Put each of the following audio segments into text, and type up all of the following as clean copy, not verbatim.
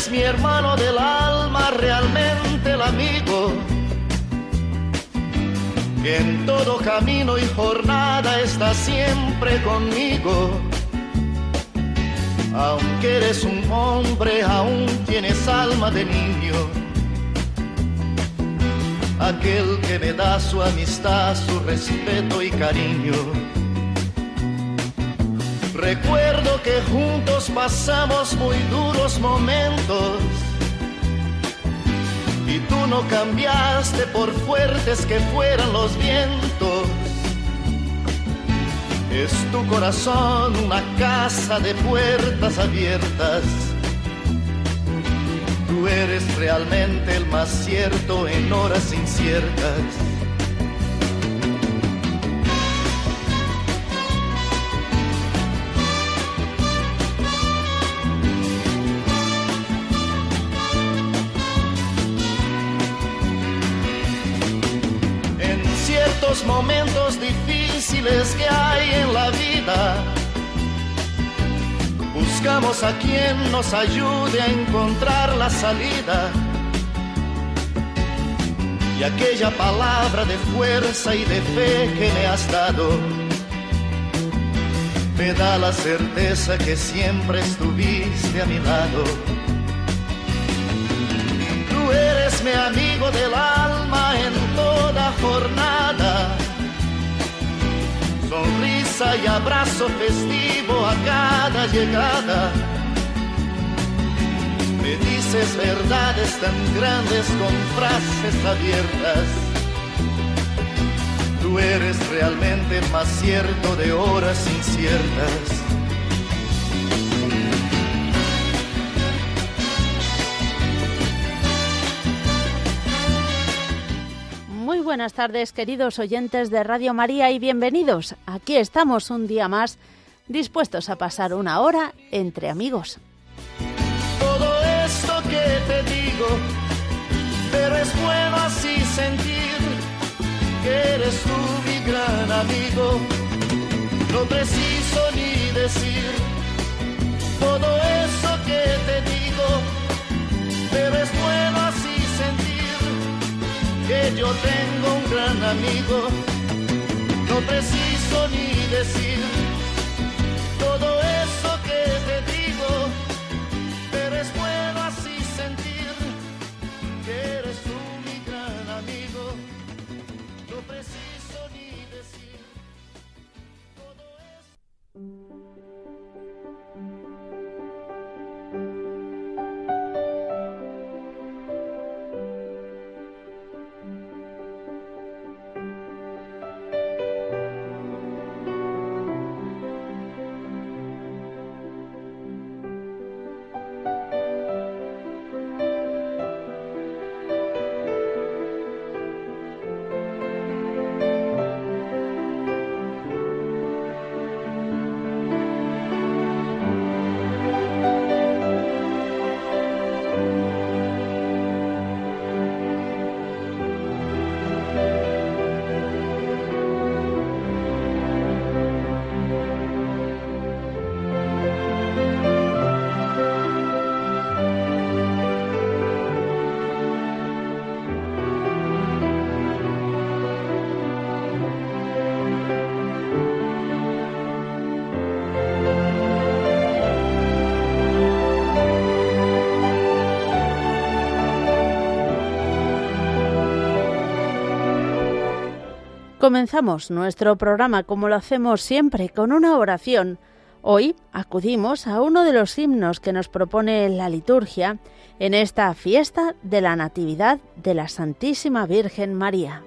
eres mi hermano del alma, realmente el amigo, que en todo camino y jornada está siempre conmigo. Aunque eres un hombre, aún tienes alma de niño, aquel que me da su amistad, su respeto y cariño. Recuerdo que juntos pasamos muy duros momentos y tú no cambiaste por fuertes que fueran los vientos. Es tu corazón una casa de puertas abiertas. Tú eres realmente el más cierto en horas inciertas. En ciertos momentos difíciles que hay en la vida, buscamos a quien nos ayude a encontrar la salida. Y aquella palabra de fuerza y de fe que me has dado me da la certeza que siempre estuviste a mi lado. Tú eres mi amigo del alma en toda jornada, sonrisa y abrazo festivo a cada llegada. Me dices verdades tan grandes con frases abiertas. Tú eres realmente el más cierto de horas inciertas. Muy buenas tardes, queridos oyentes de Radio María, y bienvenidos. Aquí estamos un día más, dispuestos a pasar una hora entre amigos. Todo esto que te digo, pero es bueno así sentir que eres tú mi gran amigo. No preciso ni decir todo eso que te digo, pero es bueno así sentir que yo tengo un gran amigo. No preciso ni decir todo eso que te digo, pero es bueno así sentir que eres tú mi gran amigo. No preciso ni decir todo eso. Comenzamos nuestro programa, como lo hacemos siempre, con una oración. Hoy acudimos a uno de los himnos que nos propone la liturgia en esta fiesta de la Natividad de la Santísima Virgen María.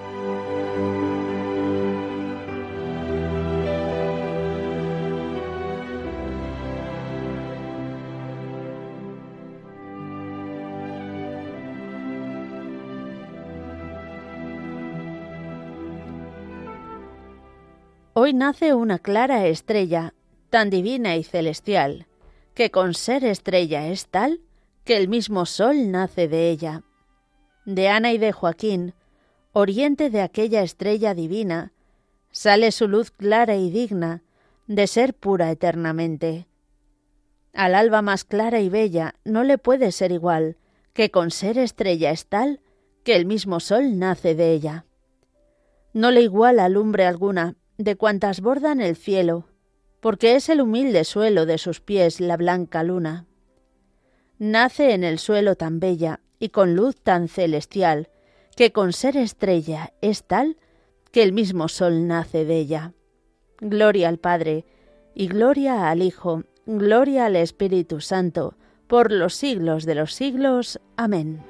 Hoy nace una clara estrella, tan divina y celestial, que con ser estrella es tal que el mismo sol nace de ella. De Ana y de Joaquín, oriente de aquella estrella divina, sale su luz clara y digna de ser pura eternamente. Al alba más clara y bella no le puede ser igual, que con ser estrella es tal que el mismo sol nace de ella. No le iguala lumbre alguna de cuantas bordan el cielo, porque es el humilde suelo de sus pies la blanca luna. Nace en el suelo tan bella y con luz tan celestial, que con ser estrella es tal que el mismo sol nace de ella. Gloria al Padre, y gloria al Hijo, gloria al Espíritu Santo, por los siglos de los siglos. Amén.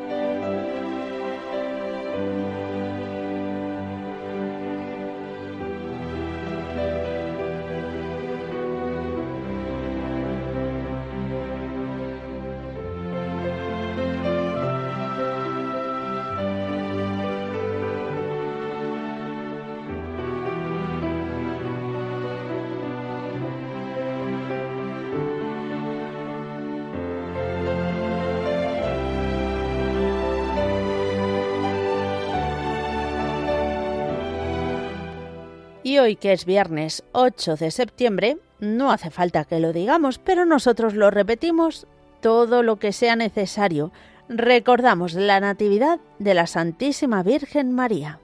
Y hoy, que es viernes 8 de septiembre, no hace falta que lo digamos, pero nosotros lo repetimos todo lo que sea necesario. Recordamos la Natividad de la Santísima Virgen María.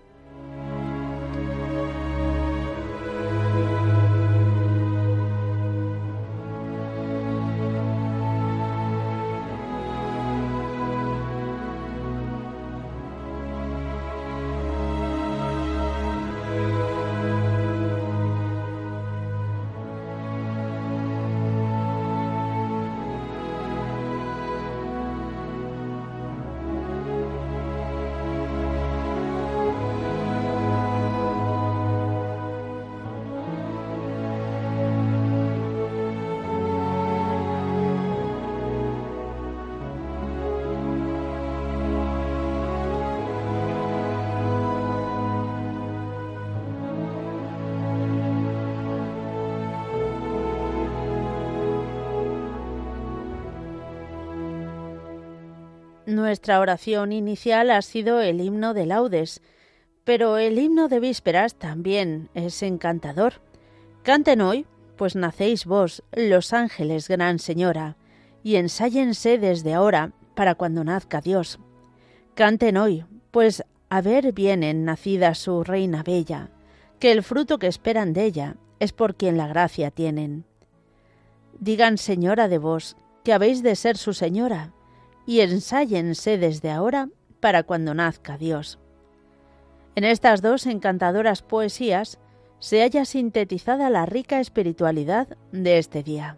Nuestra oración inicial ha sido el himno de laudes, pero el himno de vísperas también es encantador. Canten hoy, pues nacéis vos, los ángeles, gran Señora, y ensállense desde ahora para cuando nazca Dios. Canten hoy, pues a ver vienen nacida su reina bella, que el fruto que esperan de ella es por quien la gracia tienen. Digan, Señora, de vos, que habéis de ser su señora, y ensállense desde ahora para cuando nazca Dios. En estas dos encantadoras poesías se halla sintetizada la rica espiritualidad de este día.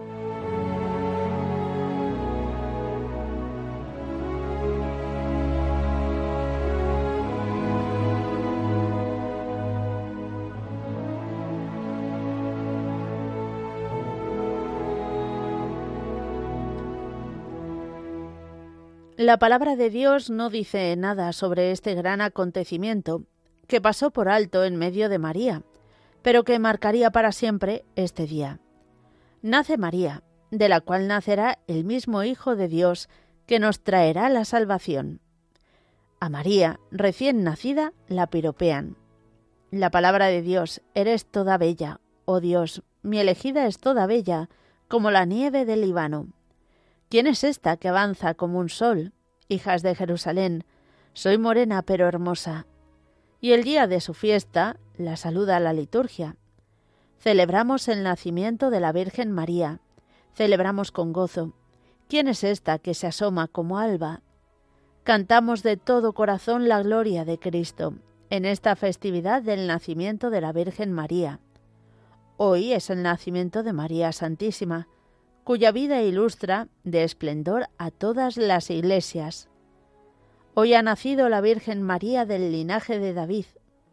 La palabra de Dios no dice nada sobre este gran acontecimiento que pasó por alto en medio de María, pero que marcaría para siempre este día. Nace María, de la cual nacerá el mismo Hijo de Dios que nos traerá la salvación. A María, recién nacida, la piropean. La palabra de Dios, eres toda bella, oh Dios, mi elegida es toda bella, como la nieve del Líbano. ¿Quién es esta que avanza como un sol? Hijas de Jerusalén, soy morena pero hermosa. Y el día de su fiesta la saluda la liturgia. Celebramos el nacimiento de la Virgen María, celebramos con gozo. ¿Quién es esta que se asoma como alba? Cantamos de todo corazón la gloria de Cristo en esta festividad del nacimiento de la Virgen María. Hoy es el nacimiento de María Santísima, cuya vida ilustra de esplendor a todas las iglesias. Hoy ha nacido la Virgen María del linaje de David.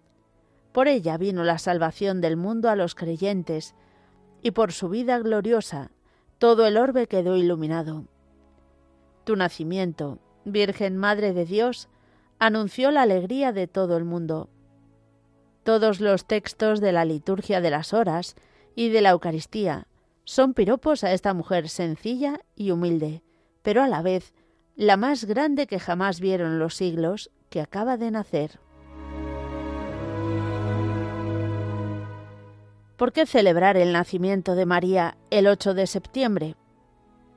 Por ella vino la salvación del mundo a los creyentes, y por su vida gloriosa todo el orbe quedó iluminado. Tu nacimiento, Virgen Madre de Dios, anunció la alegría de todo el mundo. Todos los textos de la liturgia de las horas y de la Eucaristía son piropos a esta mujer sencilla y humilde, pero a la vez la más grande que jamás vieron los siglos, que acaba de nacer. ¿Por qué celebrar el nacimiento de María el 8 de septiembre?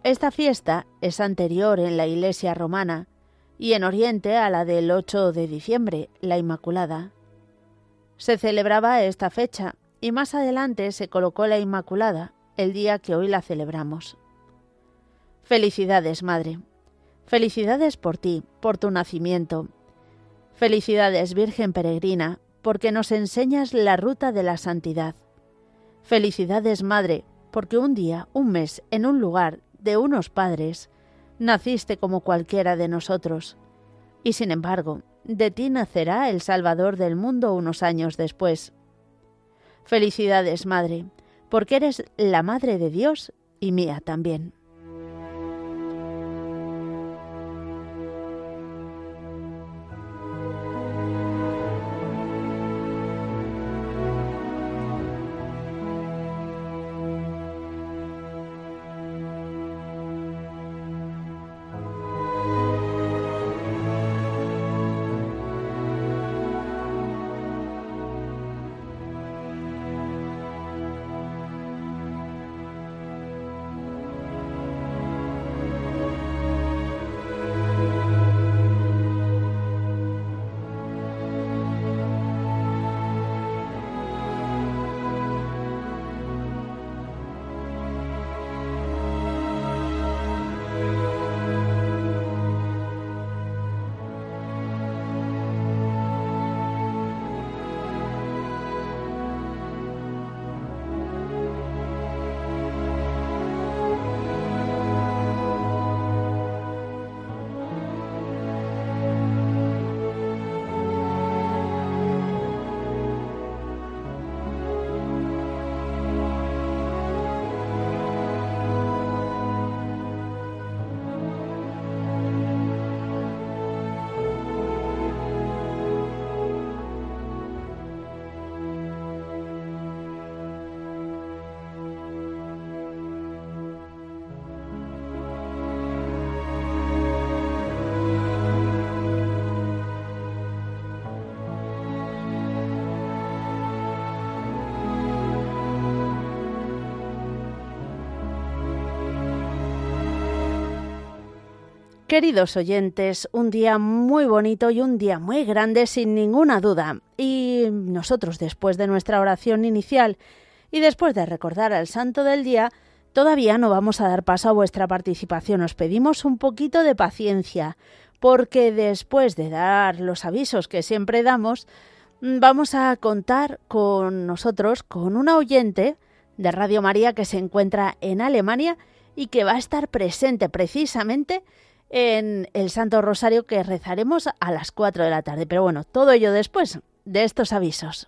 Esta fiesta es anterior en la Iglesia romana y en Oriente a la del 8 de diciembre, la Inmaculada. Se celebraba esta fecha y más adelante se colocó la Inmaculada, el día que hoy la celebramos. Felicidades, Madre. Felicidades por ti, por tu nacimiento. Felicidades, Virgen Peregrina, porque nos enseñas la ruta de la santidad. Felicidades, Madre, porque un día, un mes, en un lugar, de unos padres, naciste como cualquiera de nosotros. Y sin embargo, de ti nacerá el Salvador del mundo unos años después. Felicidades, Madre, porque eres la Madre de Dios y mía también. Queridos oyentes, un día muy bonito y un día muy grande sin ninguna duda. Y nosotros, después de nuestra oración inicial y después de recordar al santo del día, todavía no vamos a dar paso a vuestra participación. Os pedimos un poquito de paciencia, porque después de dar los avisos que siempre damos, vamos a contar con nosotros, con una oyente de Radio María que se encuentra en Alemania y que va a estar presente precisamente en el Santo Rosario que rezaremos a las 4 de la tarde. Pero bueno, todo ello después de estos avisos.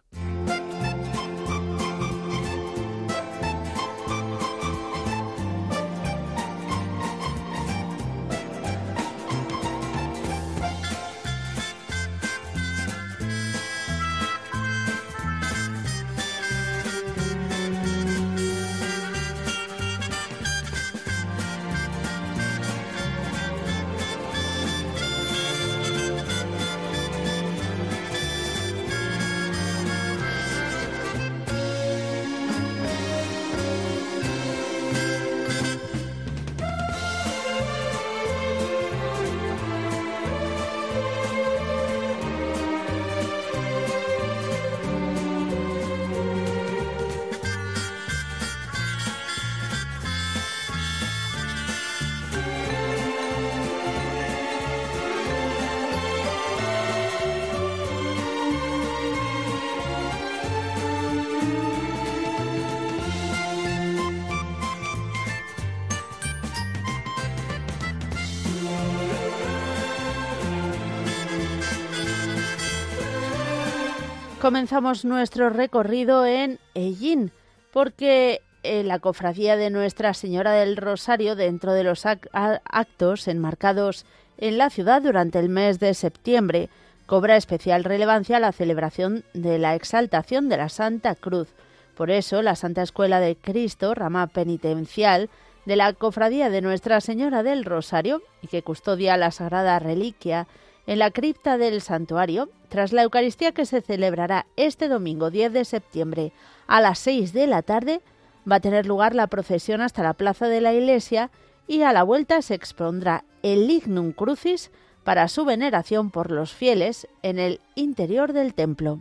Comenzamos nuestro recorrido en Ellín, porque la cofradía de Nuestra Señora del Rosario, dentro de los actos enmarcados en la ciudad durante el mes de septiembre, cobra especial relevancia la celebración de la exaltación de la Santa Cruz. Por eso, la Santa Escuela de Cristo, rama penitencial de la cofradía de Nuestra Señora del Rosario, y que custodia la Sagrada Reliquia en la cripta del santuario, tras la Eucaristía que se celebrará este domingo 10 de septiembre a las 6 de la tarde, va a tener lugar la procesión hasta la plaza de la iglesia y a la vuelta se expondrá el Lignum Crucis para su veneración por los fieles en el interior del templo.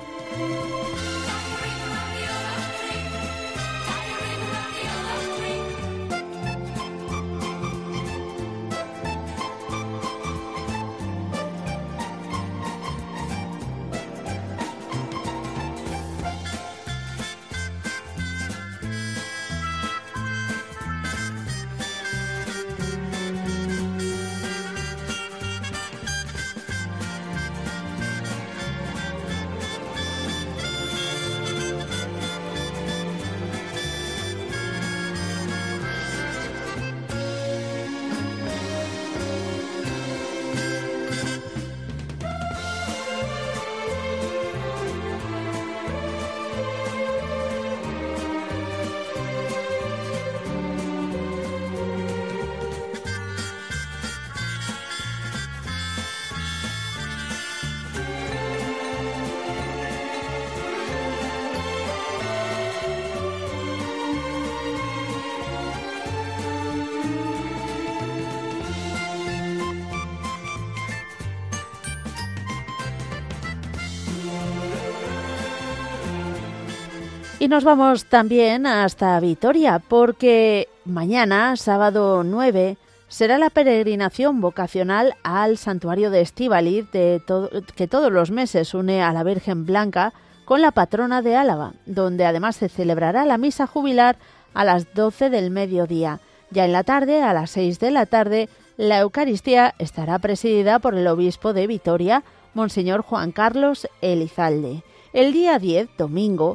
Y nos vamos también hasta Vitoria, porque mañana, sábado 9, será la peregrinación vocacional al santuario de Estíbaliz, que todos los meses une a la Virgen Blanca con la patrona de Álava, donde además se celebrará la misa jubilar a las 12 del mediodía. Ya en la tarde, a las 6 de la tarde, la Eucaristía estará presidida por el obispo de Vitoria, Monseñor Juan Carlos Elizalde. El día 10, domingo,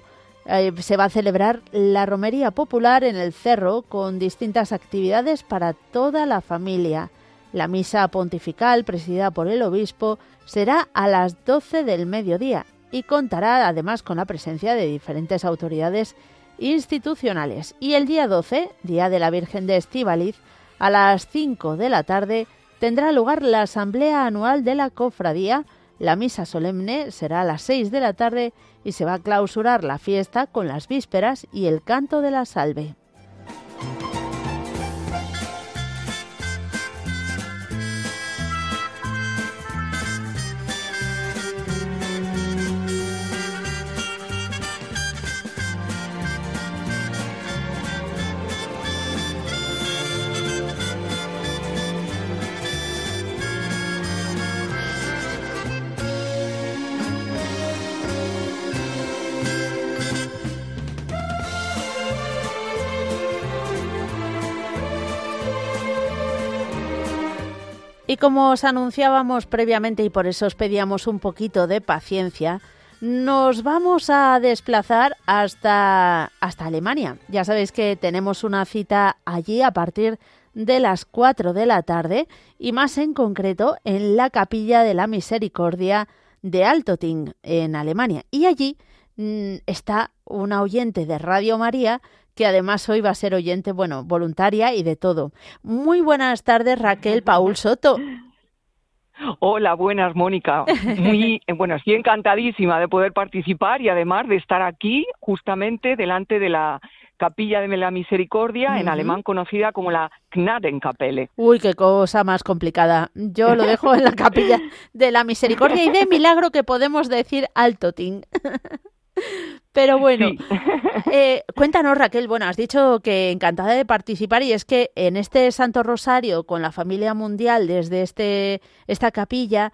se va a celebrar la romería popular en el Cerro con distintas actividades para toda la familia. La misa pontifical, presidida por el obispo, será a las 12 del mediodía y contará además con la presencia de diferentes autoridades institucionales. Y el día 12, Día de la Virgen de Estíbaliz, a las 5 de la tarde, tendrá lugar la asamblea anual de la cofradía. La misa solemne será a las 6 de la tarde y se va a clausurar la fiesta con las vísperas y el canto de la salve. Y como os anunciábamos previamente y por eso os pedíamos un poquito de paciencia, nos vamos a desplazar hasta Alemania. Ya sabéis que tenemos una cita allí a partir de las 4 de la tarde y más en concreto en la Capilla de la Misericordia de Altötting, en Alemania. Y allí está una oyente de Radio María que además hoy va a ser oyente, voluntaria y de todo. Muy buenas tardes, Raquel Paul Soto. Hola, buenas, Mónica. Estoy encantadísima de poder participar y además de estar aquí justamente delante de la Capilla de la Misericordia, en alemán conocida como la Gnadenkapelle. Uy, qué cosa más complicada. Yo lo dejo en la Capilla de la Misericordia y de milagro que podemos decir Altötting. Pero bueno, sí. Cuéntanos, Raquel, has dicho que encantada de participar y es que en este Santo Rosario con la familia mundial desde esta capilla,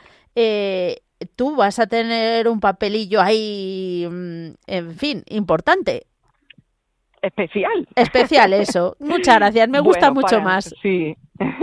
tú vas a tener un papelillo ahí, en fin, importante. Especial, eso. Muchas gracias, me gusta mucho más. Sí.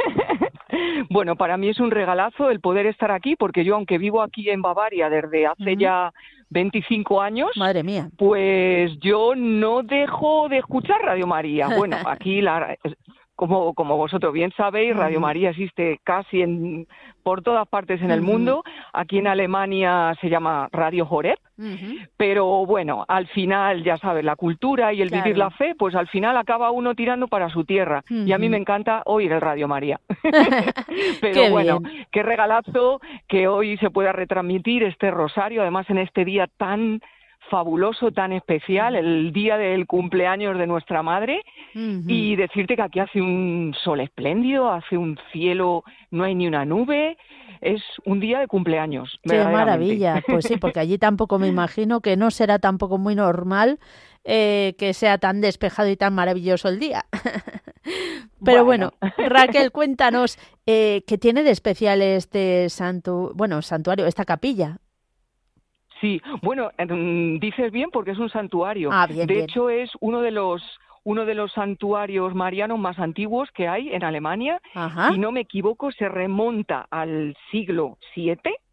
Bueno, para mí es un regalazo el poder estar aquí, porque yo, aunque vivo aquí en Bavaria desde hace ya 25 años, madre mía, pues yo no dejo de escuchar Radio María. Bueno, aquí como vosotros bien sabéis, Radio María existe casi por todas partes en el mundo. Aquí en Alemania se llama Radio Horeb, pero bueno, al final, ya sabes, la cultura y el vivir la fe, pues al final acaba uno tirando para su tierra. Y a mí me encanta oír el Radio María. Pero qué bueno, bien. Qué regalazo que hoy se pueda retransmitir este rosario, además en este día tan fabuloso, tan especial, el día del cumpleaños de nuestra madre, y decirte que aquí hace un sol espléndido, hace un cielo, no hay ni una nube, es un día de cumpleaños. ¡Qué maravilla! Pues sí, porque allí tampoco me imagino que no será tampoco muy normal que sea tan despejado y tan maravilloso el día. Pero bueno, Raquel, cuéntanos, ¿qué tiene de especial este santuario, esta capilla? Sí, bueno, dices bien porque es un santuario. Bien, de bien. hecho, es uno de los santuarios marianos más antiguos que hay en Alemania. Ajá. Si no me equivoco, se remonta al siglo VII.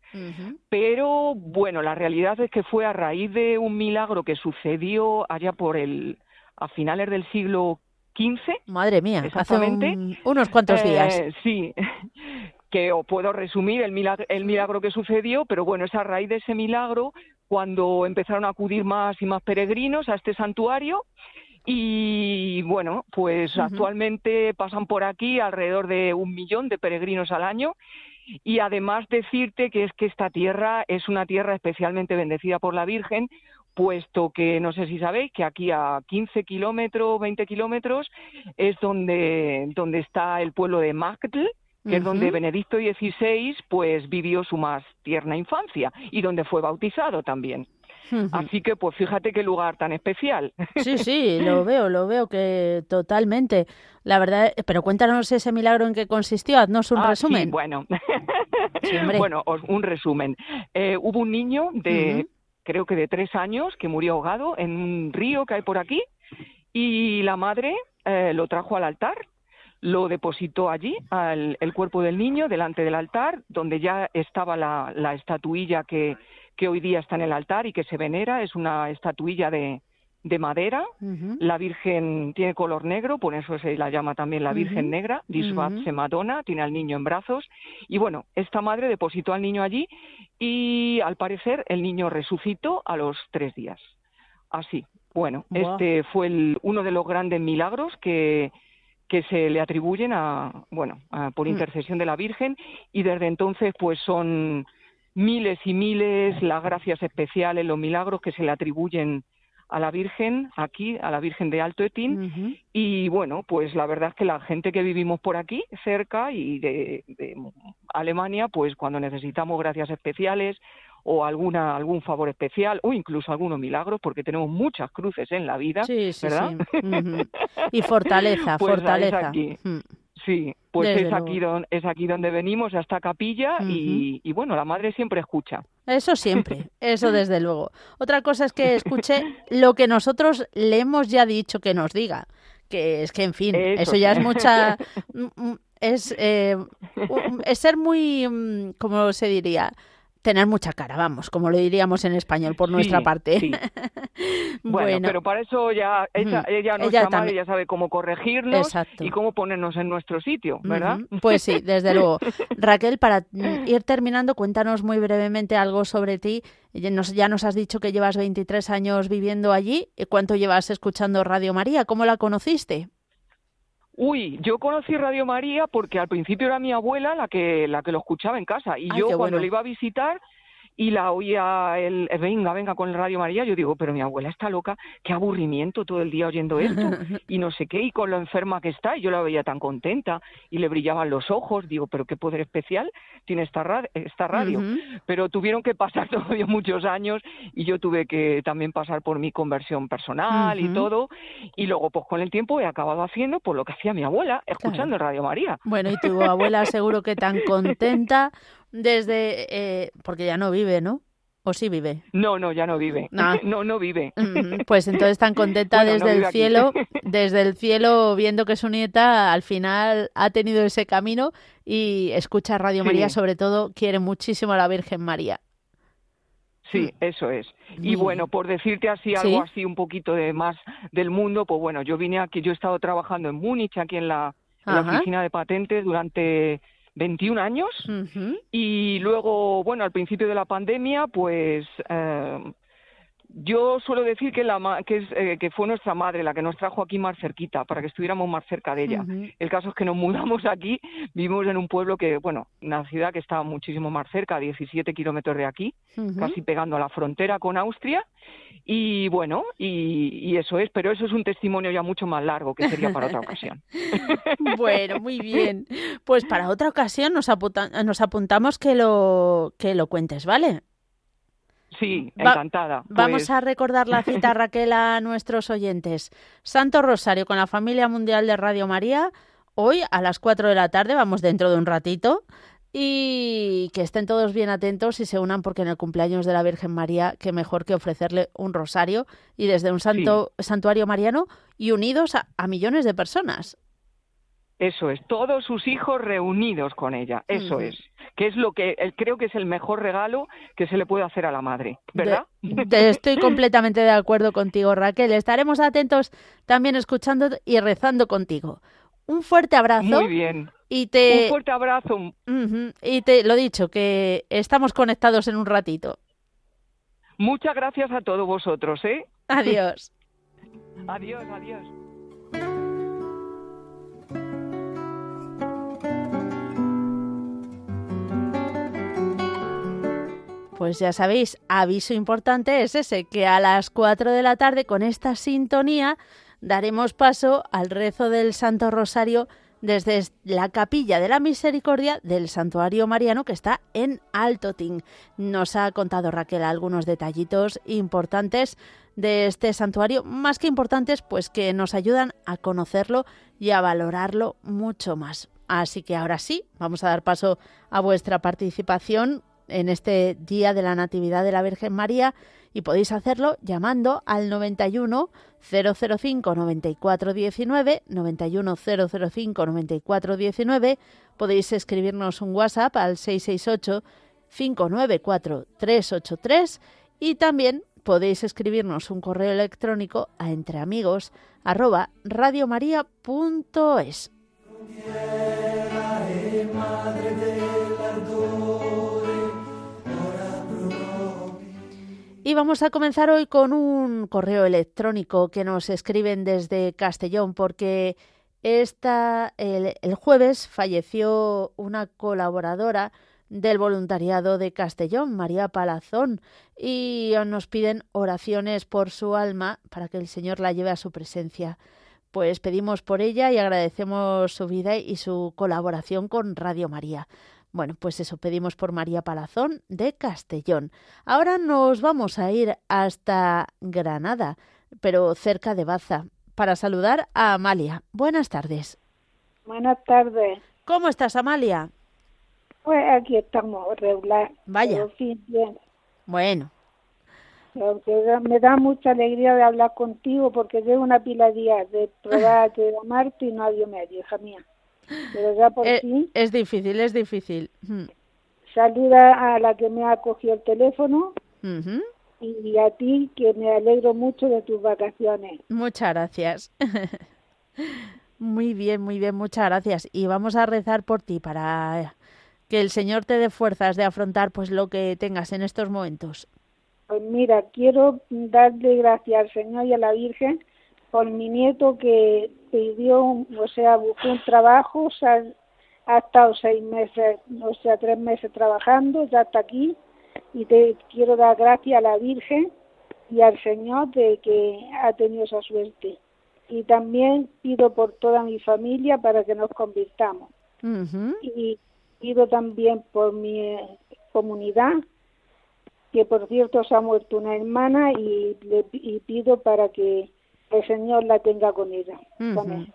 Pero bueno, la realidad es que fue a raíz de un milagro que sucedió allá a finales del siglo XV. Madre mía, exactamente. Hace unos cuantos días. Sí, que os puedo resumir el milagro que sucedió, pero bueno, es a raíz de ese milagro cuando empezaron a acudir más y más peregrinos a este santuario. Y bueno, pues actualmente pasan por aquí alrededor de 1 millón de peregrinos al año. Y además decirte que es que esta tierra es una tierra especialmente bendecida por la Virgen, puesto que, no sé si sabéis, que aquí a 15 kilómetros, 20 kilómetros, es donde está el pueblo de Magdl, que es donde Benedicto XVI pues vivió su más tierna infancia y donde fue bautizado también. Así que, pues fíjate qué lugar tan especial. Sí, lo veo que totalmente. La verdad, pero cuéntanos ese milagro en qué consistió, haznos un resumen. Sí, bueno. Sí, bueno, un resumen. Hubo un niño creo que de 3 años, que murió ahogado en un río que hay por aquí, y la madre lo trajo al altar, lo depositó allí, el cuerpo del niño, delante del altar, donde ya estaba la estatuilla que hoy día está en el altar y que se venera. Es una estatuilla de madera. La Virgen tiene color negro, por eso se la llama también la Virgen Negra, Disbatse Madonna, tiene al niño en brazos. Y bueno, esta madre depositó al niño allí y al parecer el niño resucitó a los 3 días. Así, bueno, este fue uno de los grandes milagros que se le atribuyen por intercesión de la Virgen, y desde entonces pues son miles y miles las gracias especiales, los milagros que se le atribuyen a la Virgen aquí, a la Virgen de Alto Etín. Y bueno, pues la verdad es que la gente que vivimos por aquí, cerca y de Alemania, pues cuando necesitamos gracias especiales o algún favor especial o incluso algunos milagros, porque tenemos muchas cruces en la vida, ¿verdad? Sí. Y fortaleza, pues fortaleza. Es aquí. Sí, pues es aquí donde venimos, a esta capilla, y bueno, la madre siempre escucha. Eso siempre, eso desde luego. Otra cosa es que escuche lo que nosotros le hemos ya dicho que nos diga, que es que, en fin, eso ya es mucha... es ser muy, ¿cómo se diría? Tener mucha cara, vamos, como lo diríamos en español por nuestra parte. Sí. Bueno, pero para eso ella nuestra madre, ya sabe cómo corregirnos. Exacto. Y cómo ponernos en nuestro sitio, ¿verdad? Pues sí, desde luego. Raquel, para ir terminando, cuéntanos muy brevemente algo sobre ti. Ya nos has dicho que llevas 23 años viviendo allí. ¿Cuánto llevas escuchando Radio María? ¿Cómo la conociste? Yo conocí Radio María porque al principio era mi abuela la que lo escuchaba en casa, y yo cuando le iba a visitar y la oía venga con el Radio María, yo digo, pero mi abuela está loca, qué aburrimiento todo el día oyendo esto, y no sé qué, y con lo enferma que está, y yo la veía tan contenta, y le brillaban los ojos, digo, pero qué poder especial tiene esta radio. Pero tuvieron que pasar todavía muchos años, y yo tuve que también pasar por mi conversión personal y todo, y luego pues con el tiempo he acabado haciendo por lo que hacía mi abuela, escuchando el Radio María. Bueno, y tu abuela seguro que tan contenta desde... porque ya no vive, ¿no? ¿O sí vive? No, ya no vive. No vive. Pues entonces tan contenta desde el cielo, desde el cielo, viendo que su nieta al final ha tenido ese camino y escucha Radio María, sobre todo quiere muchísimo a la Virgen María. Sí, eso es. Y bueno, por decirte así algo así un poquito de más del mundo, pues bueno, yo vine aquí, yo he estado trabajando en Múnich, aquí en la oficina de patentes durante 21 años, y luego, bueno, al principio de la pandemia, pues Yo suelo decir que fue nuestra madre la que nos trajo aquí más cerquita, para que estuviéramos más cerca de ella. Ujú. El caso es que nos mudamos aquí, vivimos en un pueblo una ciudad que está muchísimo más cerca, a 17 kilómetros de aquí, Ujú. casi pegando a la frontera con Austria, y bueno, y eso es, pero eso es un testimonio ya mucho más largo, que sería para otra ocasión. Bueno, muy bien. Pues para otra ocasión nos apuntamos que lo cuentes, ¿vale? Sí, encantada. Vamos a recordar la cita, Raquel, a nuestros oyentes. Santo Rosario con la Familia Mundial de Radio María, hoy a las 4 de la tarde, vamos dentro de un ratito, y que estén todos bien atentos y se unan, porque en el cumpleaños de la Virgen María, qué mejor que ofrecerle un rosario y desde un santuario mariano y unidos a millones de personas. Eso es, todos sus hijos reunidos con ella, eso es, que es lo que creo que es el mejor regalo que se le puede hacer a la madre, ¿verdad? Estoy completamente de acuerdo contigo, Raquel. Estaremos atentos también escuchando y rezando contigo. Un fuerte abrazo. Muy bien. Un fuerte abrazo. Y lo dicho, que estamos conectados en un ratito. Muchas gracias a todos vosotros, ¿eh? Adiós. Adiós, adiós. Pues ya sabéis, aviso importante es ese, que a las 4 de la tarde con esta sintonía daremos paso al rezo del Santo Rosario desde la Capilla de la Misericordia del Santuario Mariano, que está en Altoting. Nos ha contado Raquel algunos detallitos importantes de este santuario, más que importantes, pues que nos ayudan a conocerlo y a valorarlo mucho más. Así que ahora sí, vamos a dar paso a vuestra participación en este Día de la Natividad de la Virgen María, y podéis hacerlo llamando al 91 005 94 19, 91 005 94 19. Podéis escribirnos un WhatsApp al 668 594 383 y también podéis escribirnos un correo electrónico a entreamigos@radiomaria.es. Y vamos a comenzar hoy con un correo electrónico que nos escriben desde Castellón, porque el jueves falleció una colaboradora del voluntariado de Castellón, María Palazón, y nos piden oraciones por su alma para que el Señor la lleve a su presencia. Pues pedimos por ella y agradecemos su vida y su colaboración con Radio María. Bueno, pues eso, pedimos por María Palazón de Castellón. Ahora nos vamos a ir hasta Granada, pero cerca de Baza, para saludar a Amalia. Buenas tardes. Buenas tardes. ¿Cómo estás, Amalia? Pues aquí estamos, regular. Vaya. Pero sí, bien. Bueno. Me da mucha alegría de hablar contigo, porque llevo una pila de días de probar de llamarte y no había medio, hija mía. Pero ya por fin. Es difícil. Saluda a la que me ha cogido el teléfono. Uh-huh. Y a ti, que me alegro mucho de tus vacaciones. Muchas gracias. Muy bien, muchas gracias. Y vamos a rezar por ti para que el Señor te dé fuerzas de afrontar pues lo que tengas en estos momentos. Pues mira, quiero darle gracias al Señor y a la Virgen por mi nieto, que buscó un trabajo, ha estado 6 meses, 3 meses trabajando, ya está aquí, y te quiero dar gracias a la Virgen y al Señor de que ha tenido esa suerte. Y también pido por toda mi familia para que nos convirtamos. Uh-huh. Y pido también por mi comunidad, que por cierto se ha muerto una hermana, y pido para que el Señor la tenga con ella. Uh-huh. Con él.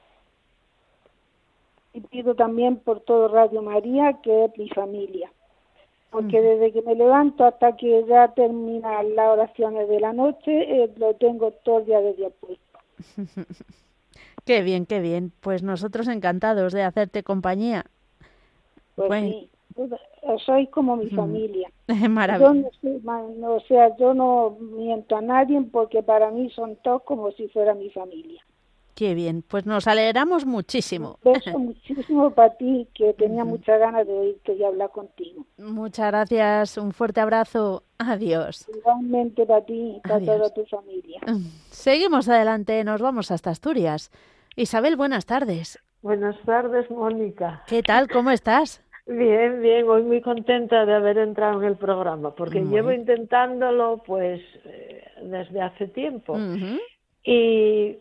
Y pido también por todo Radio María, que es mi familia. Porque uh-huh. desde que me levanto hasta que ya terminan las oraciones de la noche, lo tengo todo el día de Dios puesto. Qué bien. Pues nosotros encantados de hacerte compañía. Pues bueno. Sí, sois como mi familia. Maravilla. Yo no miento a nadie, porque para mí son todos como si fuera mi familia. Qué bien, pues nos alegramos muchísimo. Un beso muchísimo para ti, que tenía muchas ganas de oírte y hablar contigo. Muchas gracias, un fuerte abrazo. Adiós. Igualmente para ti y para Adiós. toda tu familia. Seguimos adelante, nos vamos hasta Asturias. Isabel, buenas tardes. Buenas tardes, Mónica. ¿Qué tal? ¿Cómo estás? Bien, bien. Hoy muy contenta de haber entrado en el programa, porque Muy llevo bien. intentándolo pues desde hace tiempo. Ujú. Y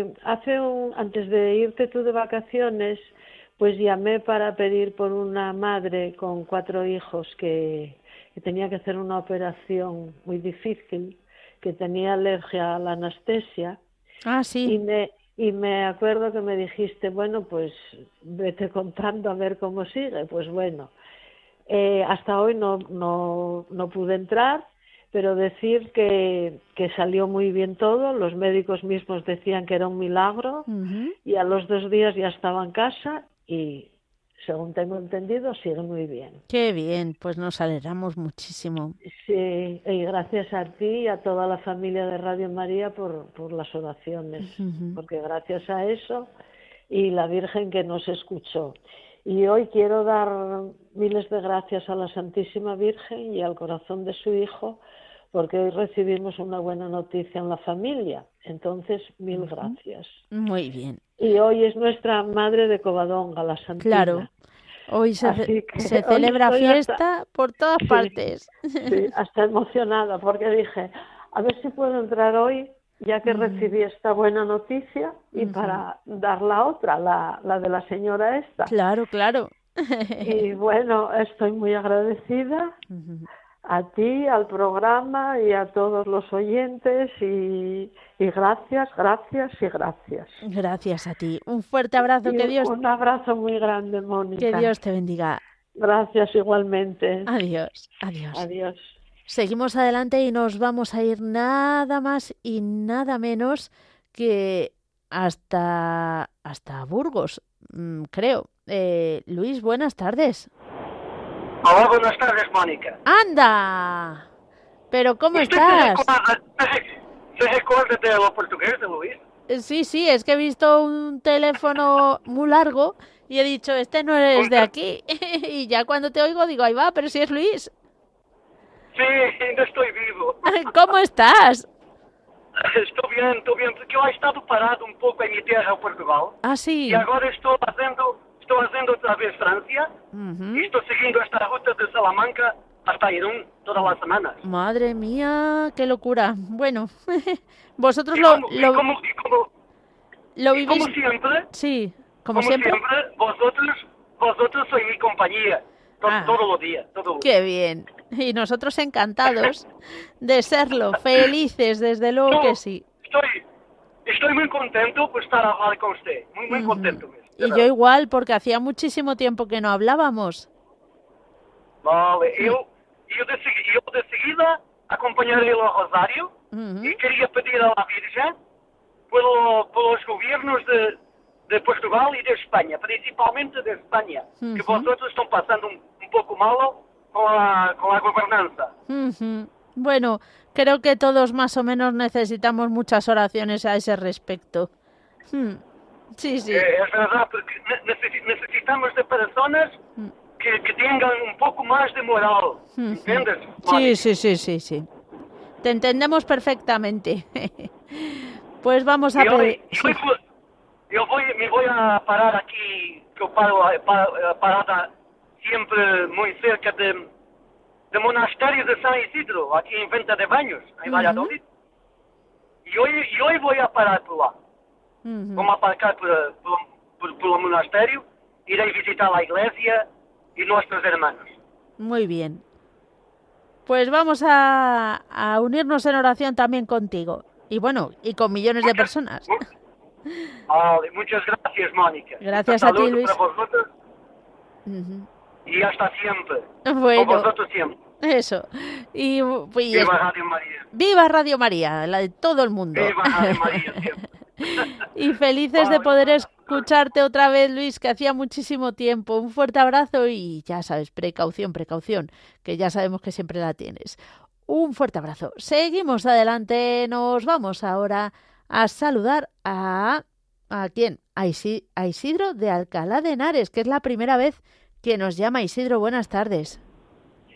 antes de irte tú de vacaciones, pues llamé para pedir por una madre con 4 hijos que tenía que hacer una operación muy difícil, que tenía alergia a la anestesia. Ah, sí. Y me acuerdo que me dijiste, bueno, pues vete contando a ver cómo sigue. Pues bueno, hasta hoy no pude entrar, pero decir que salió muy bien todo. Los médicos mismos decían que era un milagro. Ujú. Y a los 2 días ya estaba en casa y, según tengo entendido, sigue muy bien. Qué bien, pues nos alegramos muchísimo. Sí, y gracias a ti y a toda la familia de Radio María por las oraciones, Ujú. porque gracias a eso y la Virgen que nos escuchó. Y hoy quiero dar miles de gracias a la Santísima Virgen y al corazón de su Hijo, porque hoy recibimos una buena noticia en la familia. Entonces, mil gracias. Muy bien. Y hoy es nuestra Madre de Covadonga, la Santina. Claro. Hoy se Así que se hoy celebra estoy fiesta por todas Sí. partes. Sí, hasta emocionada, porque dije, a ver si puedo entrar hoy, ya que recibí esta buena noticia, y para dar la otra, la de la señora esta. Claro, claro. Y bueno, estoy muy agradecida Ujú. a ti, al programa y a todos los oyentes, y gracias, gracias y gracias. Gracias a ti. Un fuerte abrazo. Y un abrazo muy grande, Mónica. Que Dios te bendiga. Gracias igualmente. Adiós. Adiós. Adiós. Seguimos adelante y nos vamos a ir nada más y nada menos que hasta Burgos, creo. Luis, buenas tardes. Hola, buenas tardes, Mónica. ¡Anda! ¿Pero cómo ¿Usted estás? se recuerda de lo portugués de Luis? Sí, es que he visto un teléfono muy largo y he dicho, este no es de aquí. Y ya cuando te oigo digo, ahí va, pero si es Luis. Sí, ainda estoy vivo. ¿Cómo estás? Estou bien, porque eu he estado parado um pouco em minha terra, Portugal. Ah, sí. E agora estou fazendo outra vez Francia. Ujú. E estou seguindo esta ruta de Salamanca hasta Irún todas las semanas. Madre mía, qué locura. Bueno, vosotros Y lo vivís. como siempre, Sí, como siempre. vosotros sois mi compañía. Todos los días. Qué bien. Y nosotros encantados de serlo, felices, desde luego que sí. Estoy muy contento por estar a hablar con usted. Muy contento. Y yo igual, porque hacía muchísimo tiempo que no hablábamos. Vale, eu de seguida acompanharei o Rosário e queria pedir à Virgem pelos governos de Portugal e de Espanha, principalmente de Espanha, que vosotros estão passando um pouco mal con la gobernanza. Bueno, creo que todos más o menos necesitamos muchas oraciones a ese respecto. Sí. Es verdad, porque necesitamos de personas que tengan un poco más de moral, ¿entiendes? Sí. Te entendemos perfectamente. Pues vamos a pedir... Me voy a parar aquí, que eu paro parada siempre muy cerca del monasterio de San Isidro, aquí en Venta de Baños, en Valladolid. Y hoy voy a parar por lá. Vamos a aparcar por el monasterio, iré visitar la iglesia y nuestros hermanos. Muy bien. Pues vamos a unirnos en oración también contigo. Y bueno, y con millones de personas. Muchas gracias, Mónica. Gracias a ti, Luis. Para vosotros. Y hasta siempre. Bueno, con vosotros siempre. Eso. Viva Radio María. Viva Radio María, la de todo el mundo. Viva Radio María siempre. Y felices de poder escucharte otra vez, Luis, que hacía muchísimo tiempo. Un fuerte abrazo y ya sabes, precaución, que ya sabemos que siempre la tienes. Un fuerte abrazo. Seguimos adelante. Nos vamos ahora a saludar ¿a quién? A Isidro de Alcalá de Henares, que es la primera vez que nos llama. Isidro, buenas tardes.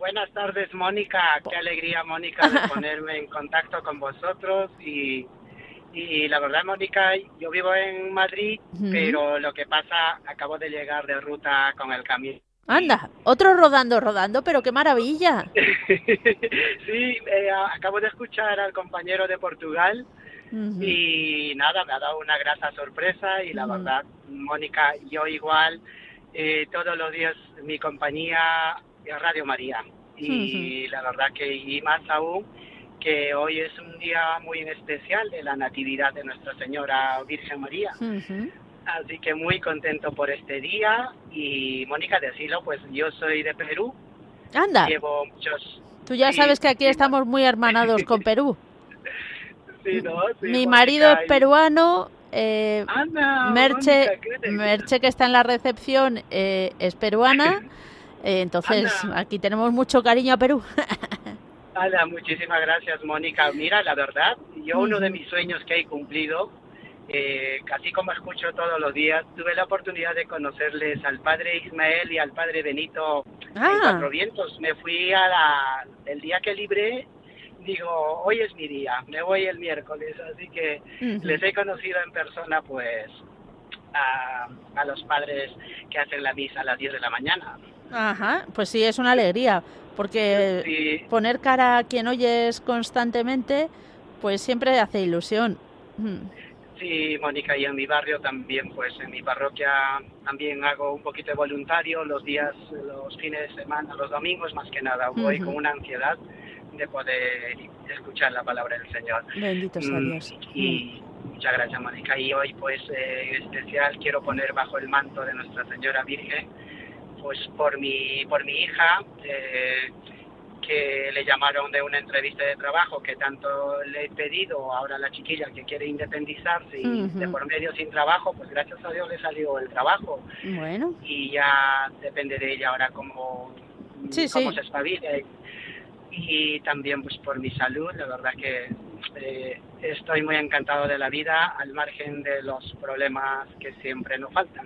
Buenas tardes, Mónica. Qué alegría, Mónica, de ponerme en contacto con vosotros. Y la verdad, Mónica, yo vivo en Madrid, pero lo que pasa, acabo de llegar de ruta con el camión. Anda, otro rodando, pero qué maravilla. Sí, acabo de escuchar al compañero de Portugal y nada, me ha dado una grata sorpresa y la verdad, Mónica, yo igual, todos los días mi compañía es Radio María y la verdad que, y más aún, que hoy es un día muy especial de la Natividad de Nuestra Señora Virgen María. Así que muy contento por este día y Mónica, decirlo, pues yo soy de Perú. Anda. Llevo muchos... Tú ya sabes que aquí estamos muy hermanados con Perú. Sí, ¿no? Sí, mi Mónica, marido es peruano, Anda, Merche, Mónica, Merche, que está en la recepción, es peruana. Entonces, Anda. aquí tenemos mucho cariño a Perú. Hala, muchísimas gracias, Mónica. Mira, la verdad, yo uno de mis sueños que he cumplido, casi como escucho todos los días, tuve la oportunidad de conocerles al padre Ismael y al padre Benito en Cuatro Vientos. Me fui el día que libré, digo, hoy es mi día, me voy el miércoles, así que les he conocido en persona, pues, a los padres que hacen la misa a las 10 de la mañana. Ajá, pues sí, es una alegría, porque Sí. poner cara a quien oyes constantemente, pues siempre hace ilusión. Sí, Mónica, y en mi barrio también, pues en mi parroquia también hago un poquito de voluntario los días, los fines de semana, los domingos más que nada. Voy con una ansiedad de poder escuchar la palabra del Señor. Bendito sea Dios. Y muchas gracias, Mónica. Y hoy, pues, en especial quiero poner bajo el manto de Nuestra Señora Virgen, pues por mi hija, que le llamaron de una entrevista de trabajo que tanto le he pedido ahora a la chiquilla que quiere independizarse y de por medio sin trabajo, pues gracias a Dios le salió el trabajo. Bueno. Y ya depende de ella ahora cómo se espabila. Y también pues por mi salud, la verdad que estoy muy encantado de la vida al margen de los problemas que siempre nos faltan.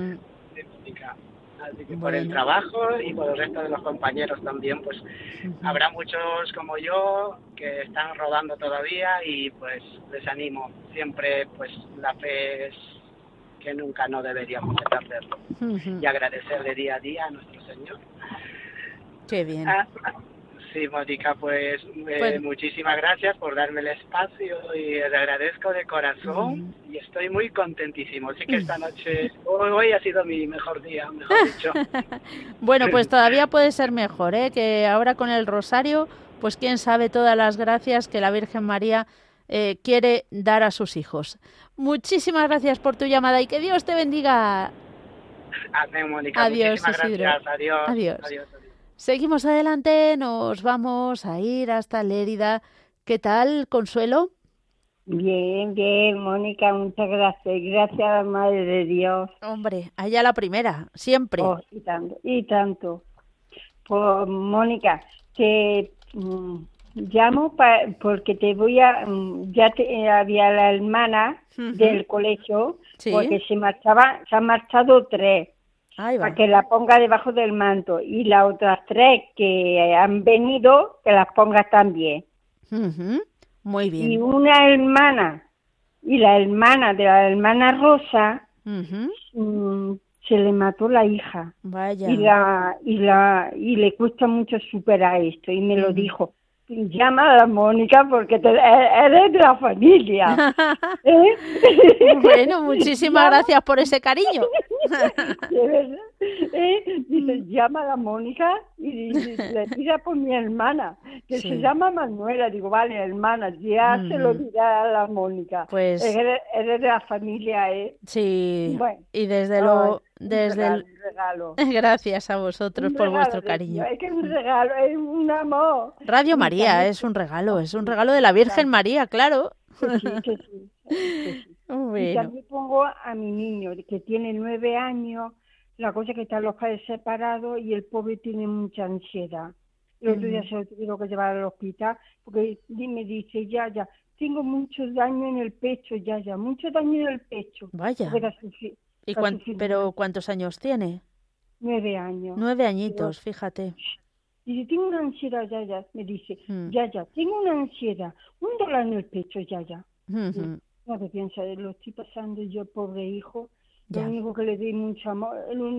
Así que por el trabajo y por el resto de los compañeros también, pues habrá muchos como yo que están rodando todavía y pues les animo. Siempre pues la fe es que nunca no deberíamos de perderlo y agradecerle día a día a nuestro Señor. Qué bien. Sí, Mónica, pues muchísimas gracias por darme el espacio y le agradezco de corazón y estoy muy contentísimo. Así que esta noche, hoy ha sido mi mejor día, mejor dicho. Bueno, pues todavía puede ser mejor, que ahora con el rosario, pues quién sabe todas las gracias que la Virgen María quiere dar a sus hijos. Muchísimas gracias por tu llamada y que Dios te bendiga. Amén, Mónica. Adiós, muchísimas Isidro. gracias. Adiós. Adiós. Adiós. Seguimos adelante, nos vamos a ir hasta Lérida. ¿Qué tal, Consuelo? Bien, Mónica, muchas gracias. Gracias a la Madre de Dios. Hombre, allá la primera, siempre. Oh, y tanto. Pues, Mónica, te llamo porque te voy a... había la hermana del colegio, porque se han marchado 3. Para que la ponga debajo del manto y las otras 3 que han venido que las pongas también. Muy bien. Y una hermana y la hermana de la hermana Rosa se le mató la hija. Vaya. Y le cuesta mucho superar esto y me lo dijo. Llama a la Mónica porque eres de la familia. Bueno, muchísimas gracias por ese cariño. De verdad. Dice, llama a la Mónica y le tira por mi hermana, que se llama Manuela. Digo, vale, hermana, ya se lo dirá a la Mónica. Pues eres de la familia, Sí, bueno, y desde el regalo. Gracias a vosotros por vuestro cariño. Es que es un regalo, es un amor. Radio María es un regalo de la Virgen María, claro. Que sí. Bueno. Y también pongo a mi niño, que tiene 9 años, la cosa es que están los padres separados y el pobre tiene mucha ansiedad. El otro día se lo tuvieron que llevar al hospital, porque me dice, ya, tengo mucho daño en el pecho, mucho daño en el pecho. Vaya. ¿Pero cuántos años tiene? 9 años. 9 añitos, fíjate. Dice, tengo una ansiedad, ya. Me dice, ya, tengo una ansiedad. Un dolor en el pecho, ya. No te piensas, lo estoy pasando yo, pobre hijo. Lo único que le di mucho amor,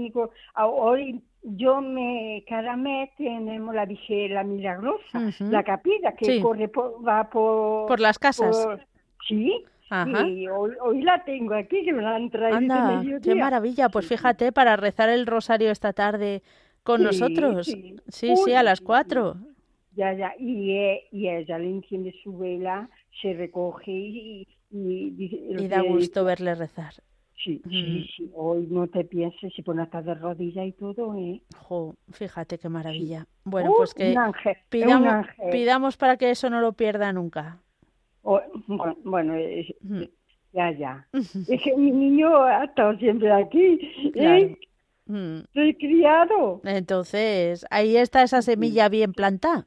hoy cada mes tenemos la Virgen la Milagrosa, la capilla que corre va por las casas. Sí. Ajá. Y hoy la tengo aquí, que me la han traído. Anda, qué maravilla. Pues fíjate, para rezar el rosario esta tarde con nosotros. Sí, a las 4. Ya. Y ella le enciende su vela, se recoge y da gusto verle rezar. Sí. Hoy no te pienses, si pone hasta de rodillas y todo, ¿eh? Jo, fíjate qué maravilla. Bueno, pues que un ángel, pidamos para que eso no lo pierda nunca. Bueno, ya. Es que mi niño ha estado siempre aquí, ¿eh? Claro. Estoy criado. Entonces, ahí está esa semilla bien plantada.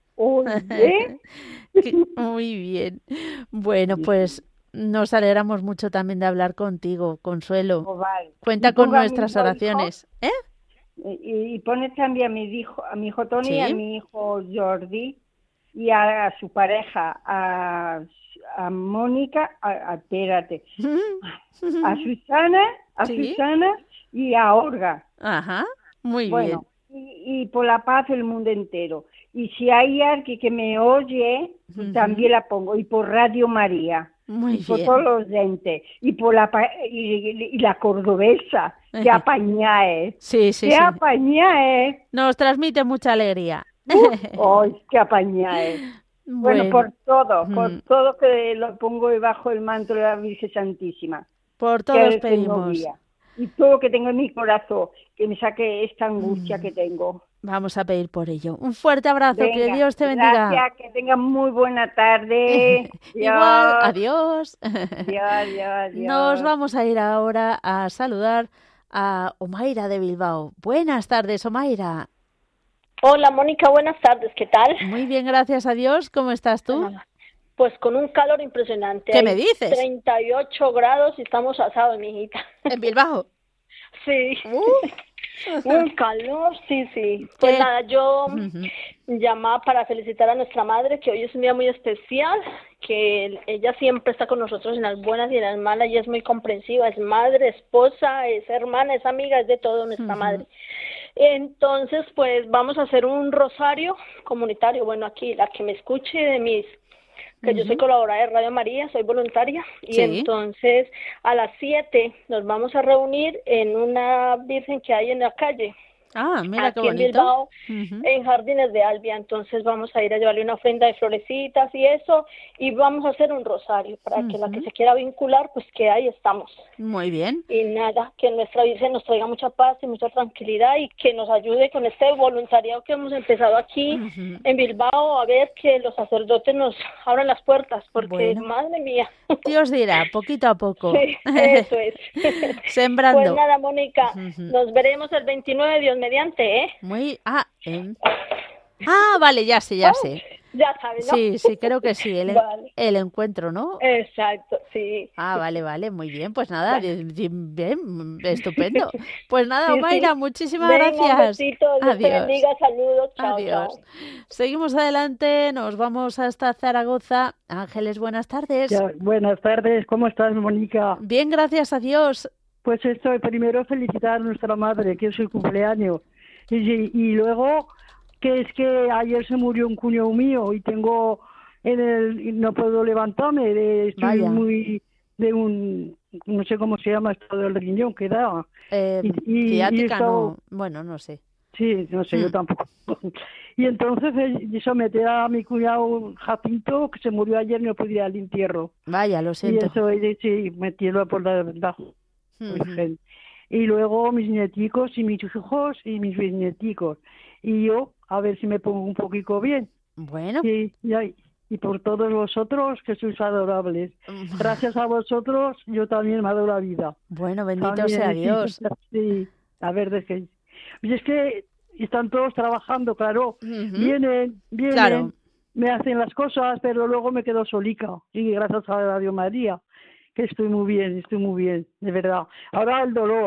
Oye. Muy bien. Bueno, pues nos alegramos mucho también de hablar contigo, Consuelo. Vale. Cuenta con nuestras oraciones. Y pones también a mi hijo Tony y a mi hijo Jordi y a su pareja, a Mónica, espérate, a Susana y a Olga. Ajá, muy bien. Y por la paz del mundo entero. Y si hay alguien que me oye, pues también la pongo. Y por Radio María. Muy bien. Por todos los entes. Y por la cordobesa. Que apañae. Sí. Que apañae. Nos transmite mucha alegría. Que apañae. Bueno, por todo que lo pongo debajo del manto de la Virgen Santísima. Por todos pedimos. Y todo lo que tengo en mi corazón, que me saque esta angustia que tengo. Vamos a pedir por ello. Un fuerte abrazo, que Dios te bendiga. Gracias, que tengan muy buena tarde. Igual, adiós. Adiós. Nos vamos a ir ahora a saludar a Omaira de Bilbao. Buenas tardes, Omaira. Hola, Mónica, buenas tardes, ¿qué tal? Muy bien, gracias a Dios. ¿Cómo estás tú? Pues con un calor impresionante. ¿Qué me dices? 38 grados y estamos asados, mijita. ¿En Bilbao? Sí. Un calor, sí. Pues nada, yo llamaba para felicitar a nuestra madre, que hoy es un día muy especial, que ella siempre está con nosotros en las buenas y en las malas, y es muy comprensiva, es madre, esposa, es hermana, es amiga, es de todo nuestra madre. Entonces, pues vamos a hacer un rosario comunitario. Bueno, aquí la que me escuche que yo soy colaboradora de Radio María, soy voluntaria, y entonces a las 7 nos vamos a reunir en una virgen que hay en la calle. Mira aquí qué bonito. En Bilbao, en Jardines de Albia. Entonces vamos a ir a llevarle una ofrenda de florecitas y eso, y vamos a hacer un rosario para que la que se quiera vincular, pues que ahí estamos. Muy bien. Y nada, que nuestra Virgen nos traiga mucha paz y mucha tranquilidad, y que nos ayude con este voluntariado que hemos empezado aquí en Bilbao, a ver que los sacerdotes nos abran las puertas, porque madre mía. Dios dirá, poquito a poco. Sí, eso es. Sembrando. Pues nada, Mónica, nos veremos el 29, Dios mediante, ¿eh? Vale, ya sé. Ya sabes, ¿no? Sí, creo que sí, el encuentro, ¿no? Exacto, sí. Vale, muy bien, pues nada, bien, estupendo. Pues nada, Omaira, muchísimas gracias. Un besito, Dios te bendiga, saludos, chao. Adiós. Seguimos adelante, nos vamos hasta Zaragoza. Ángeles, buenas tardes. Buenas tardes, ¿cómo estás, Mónica? Bien, gracias a Dios. Pues primero felicitar a nuestra madre, que es su cumpleaños, y luego que es que ayer se murió un cuñado mío y tengo no puedo levantarme, estoy muy de no sé cómo se llama esto del riñón que da. Ciática, no sé. Sí, no sé, yo tampoco. Y entonces someter a mi cuñado Jacinto, que se murió ayer, no podía ir al entierro. Vaya, lo siento. Y eso, meterlo por la verdad. Y luego mis nieticos y mis hijos y mis bisnieticos. Y yo, a ver si me pongo un poquito bien. Bueno. Y por todos vosotros, que sois adorables. Gracias a vosotros, yo también me ha dado la vida. Bueno, bendito sea Dios. Sí, a ver, es que están todos trabajando, claro. Vienen, claro. Me hacen las cosas, pero luego me quedo solica. Y gracias a Radio María, que estoy muy bien, de verdad. Ahora el dolor.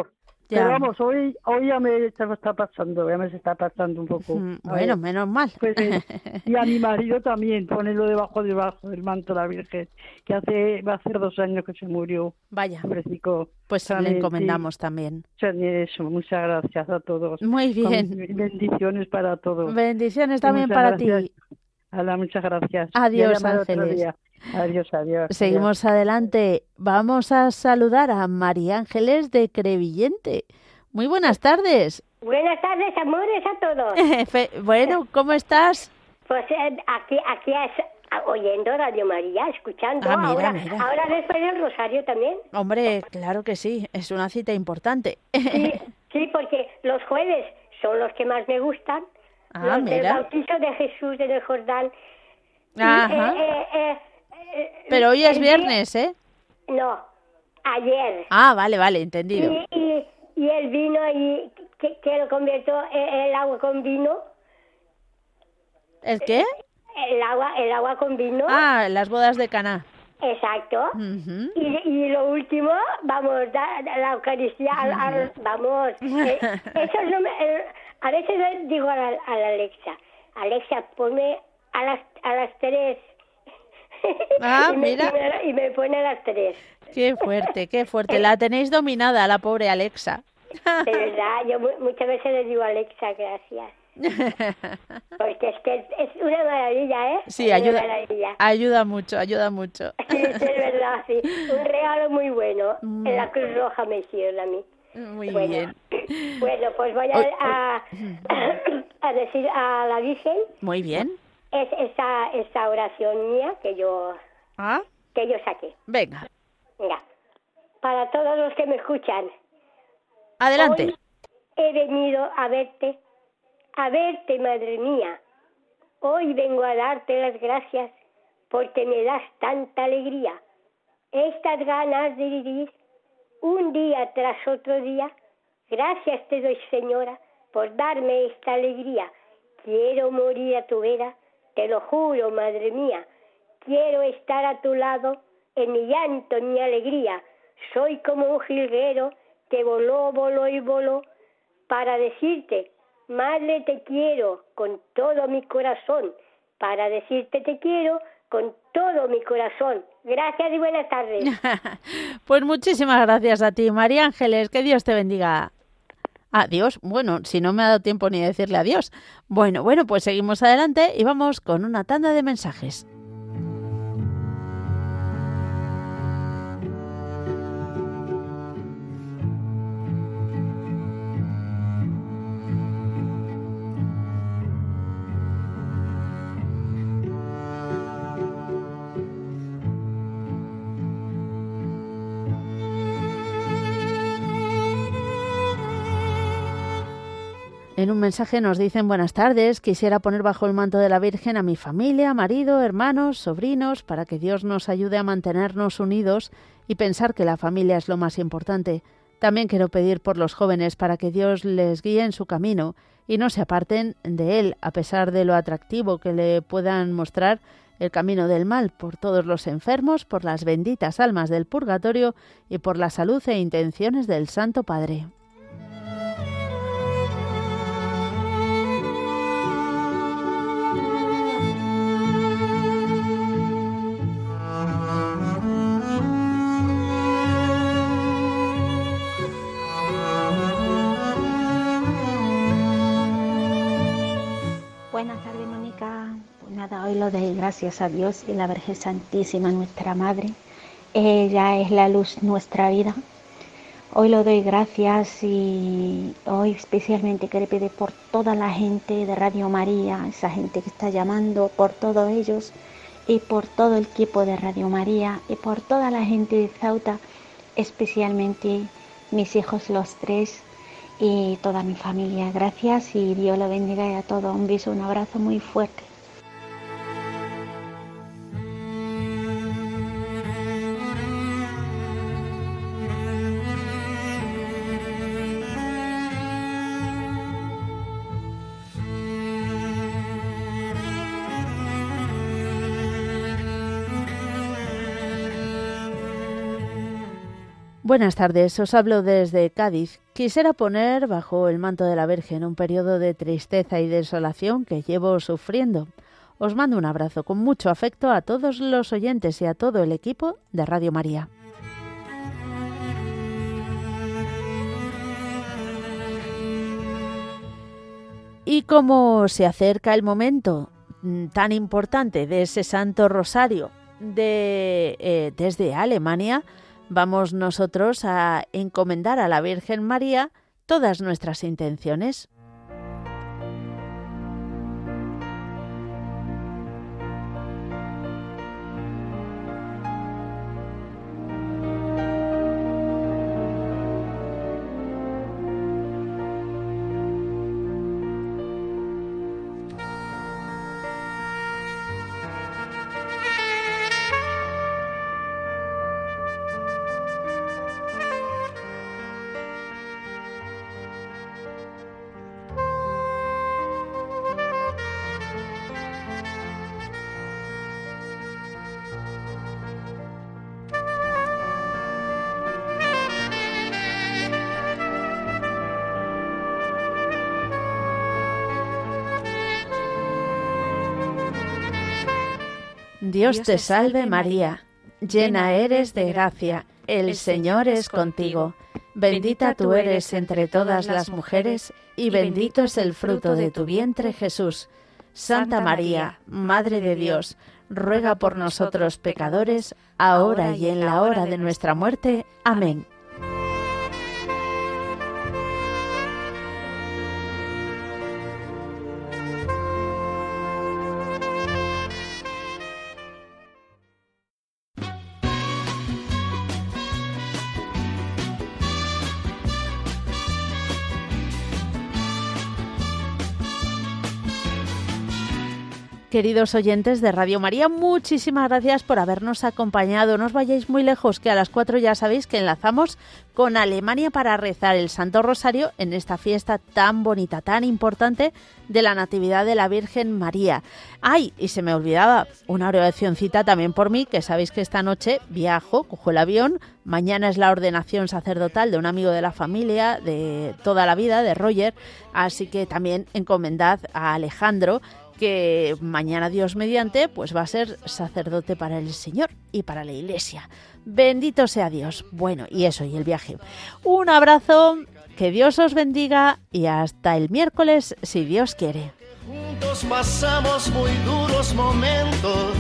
Pero vamos, hoy ya me está pasando un poco. Bueno, menos mal. Pues, y a mi marido también, ponerlo debajo del manto de la Virgen, que va a hacer 2 años que se murió. Vaya. Pobrecico. Pues también, le encomendamos también. Eso, muchas gracias a todos. Muy bien. Bendiciones para todos. Bendiciones también para ti. Ala, muchas gracias. Adiós, Ángeles. Adiós. Seguimos adelante. Vamos a saludar a María Ángeles de Crevillente. Muy buenas tardes. Buenas tardes, amores, a todos. Bueno, ¿cómo estás? Pues aquí oyendo Radio María, escuchando. Mira. Ahora después del rosario también. Hombre, claro que sí, es una cita importante. Sí, porque los jueves son los que más me gustan. Los del bautizo de Jesús en el Jordán. Ajá. Pero hoy es viernes, ¿eh? No, ayer. Vale, entendido. Y el vino, y que lo convierto el agua con vino. ¿El qué? El agua con vino. Las bodas de Caná. Exacto. Y lo último, vamos, la Eucaristía, vamos. Eso no a veces le digo a la Alexa, ponme a las 3. Mira. Y me pone a las 3. Qué fuerte. La tenéis dominada, la pobre Alexa. De verdad, yo muchas veces le digo a Alexa, gracias. Porque es que es una maravilla, ¿eh? Sí, ayuda mucho. Sí, es verdad, sí. Un regalo muy bueno. En la Cruz Roja me hicieron a mí. Muy bien. Bueno, pues voy a decir a la Virgen. Muy bien. Es esa oración mía que yo saqué. Venga. Para todos los que me escuchan. Adelante. Hoy he venido a verte, madre mía. Hoy vengo a darte las gracias porque me das tanta alegría. Estas ganas de vivir un día tras otro día. Gracias te doy, Señora, por darme esta alegría. Quiero morir a tu vera. Te lo juro, madre mía, quiero estar a tu lado en mi llanto, en mi alegría. Soy como un jilguero que voló para decirte, madre, te quiero con todo mi corazón. Para decirte te quiero con todo mi corazón. Gracias y buenas tardes. Pues muchísimas gracias a ti, María Ángeles. Que Dios te bendiga. Adiós. Bueno, si no me ha dado tiempo ni decirle adiós. Bueno, pues seguimos adelante y vamos con una tanda de mensajes. En un mensaje nos dicen: buenas tardes, quisiera poner bajo el manto de la Virgen a mi familia, marido, hermanos, sobrinos, para que Dios nos ayude a mantenernos unidos y pensar que la familia es lo más importante. También quiero pedir por los jóvenes para que Dios les guíe en su camino y no se aparten de él, a pesar de lo atractivo que le puedan mostrar el camino del mal, por todos los enfermos, por las benditas almas del purgatorio y por la salud e intenciones del Santo Padre. Buenas tardes, Mónica. Pues nada, hoy lo doy gracias a Dios y la Virgen Santísima, nuestra Madre. Ella es la luz de nuestra vida. Hoy lo doy gracias y hoy especialmente quiero pedir por toda la gente de Radio María, esa gente que está llamando, por todos ellos y por todo el equipo de Radio María y por toda la gente de Ceuta, especialmente mis hijos los 3 y toda mi familia. Gracias y Dios lo bendiga a todos. Un beso, un abrazo muy fuerte. Buenas tardes, os hablo desde Cádiz. quisiera poner bajo el manto de la Virgen un periodo de tristeza y desolación que llevo sufriendo. Os mando un abrazo con mucho afecto a todos los oyentes y a todo el equipo de Radio María. Y como se acerca el momento tan importante de ese Santo Rosario desde Alemania, vamos nosotros a encomendar a la Virgen María todas nuestras intenciones. Dios te salve María, llena eres de gracia, el Señor es contigo. Bendita tú eres entre todas las mujeres, y bendito es el fruto de tu vientre Jesús. Santa María, Madre de Dios, ruega por nosotros pecadores, ahora y en la hora de nuestra muerte. Amén. Queridos oyentes de Radio María, muchísimas gracias por habernos acompañado. No os vayáis muy lejos, que a las 4 ya sabéis que enlazamos con Alemania para rezar el Santo Rosario en esta fiesta tan bonita, tan importante de la Natividad de la Virgen María. ¡Ay! Y se me olvidaba una oracióncita también por mí, que sabéis que esta noche viajo, cojo el avión. Mañana es la ordenación sacerdotal de un amigo de la familia, de toda la vida, de Roger. Así que también encomendad a Alejandro, que mañana, Dios mediante, pues va a ser sacerdote para el Señor y para la Iglesia. Bendito sea Dios. Bueno, y eso, y el viaje. Un abrazo, que Dios os bendiga y hasta el miércoles, si Dios quiere. Juntos pasamos muy duros momentos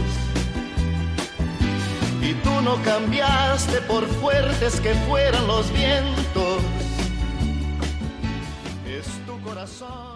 y tú no cambiaste por fuertes que fueran los vientos. Es tu corazón.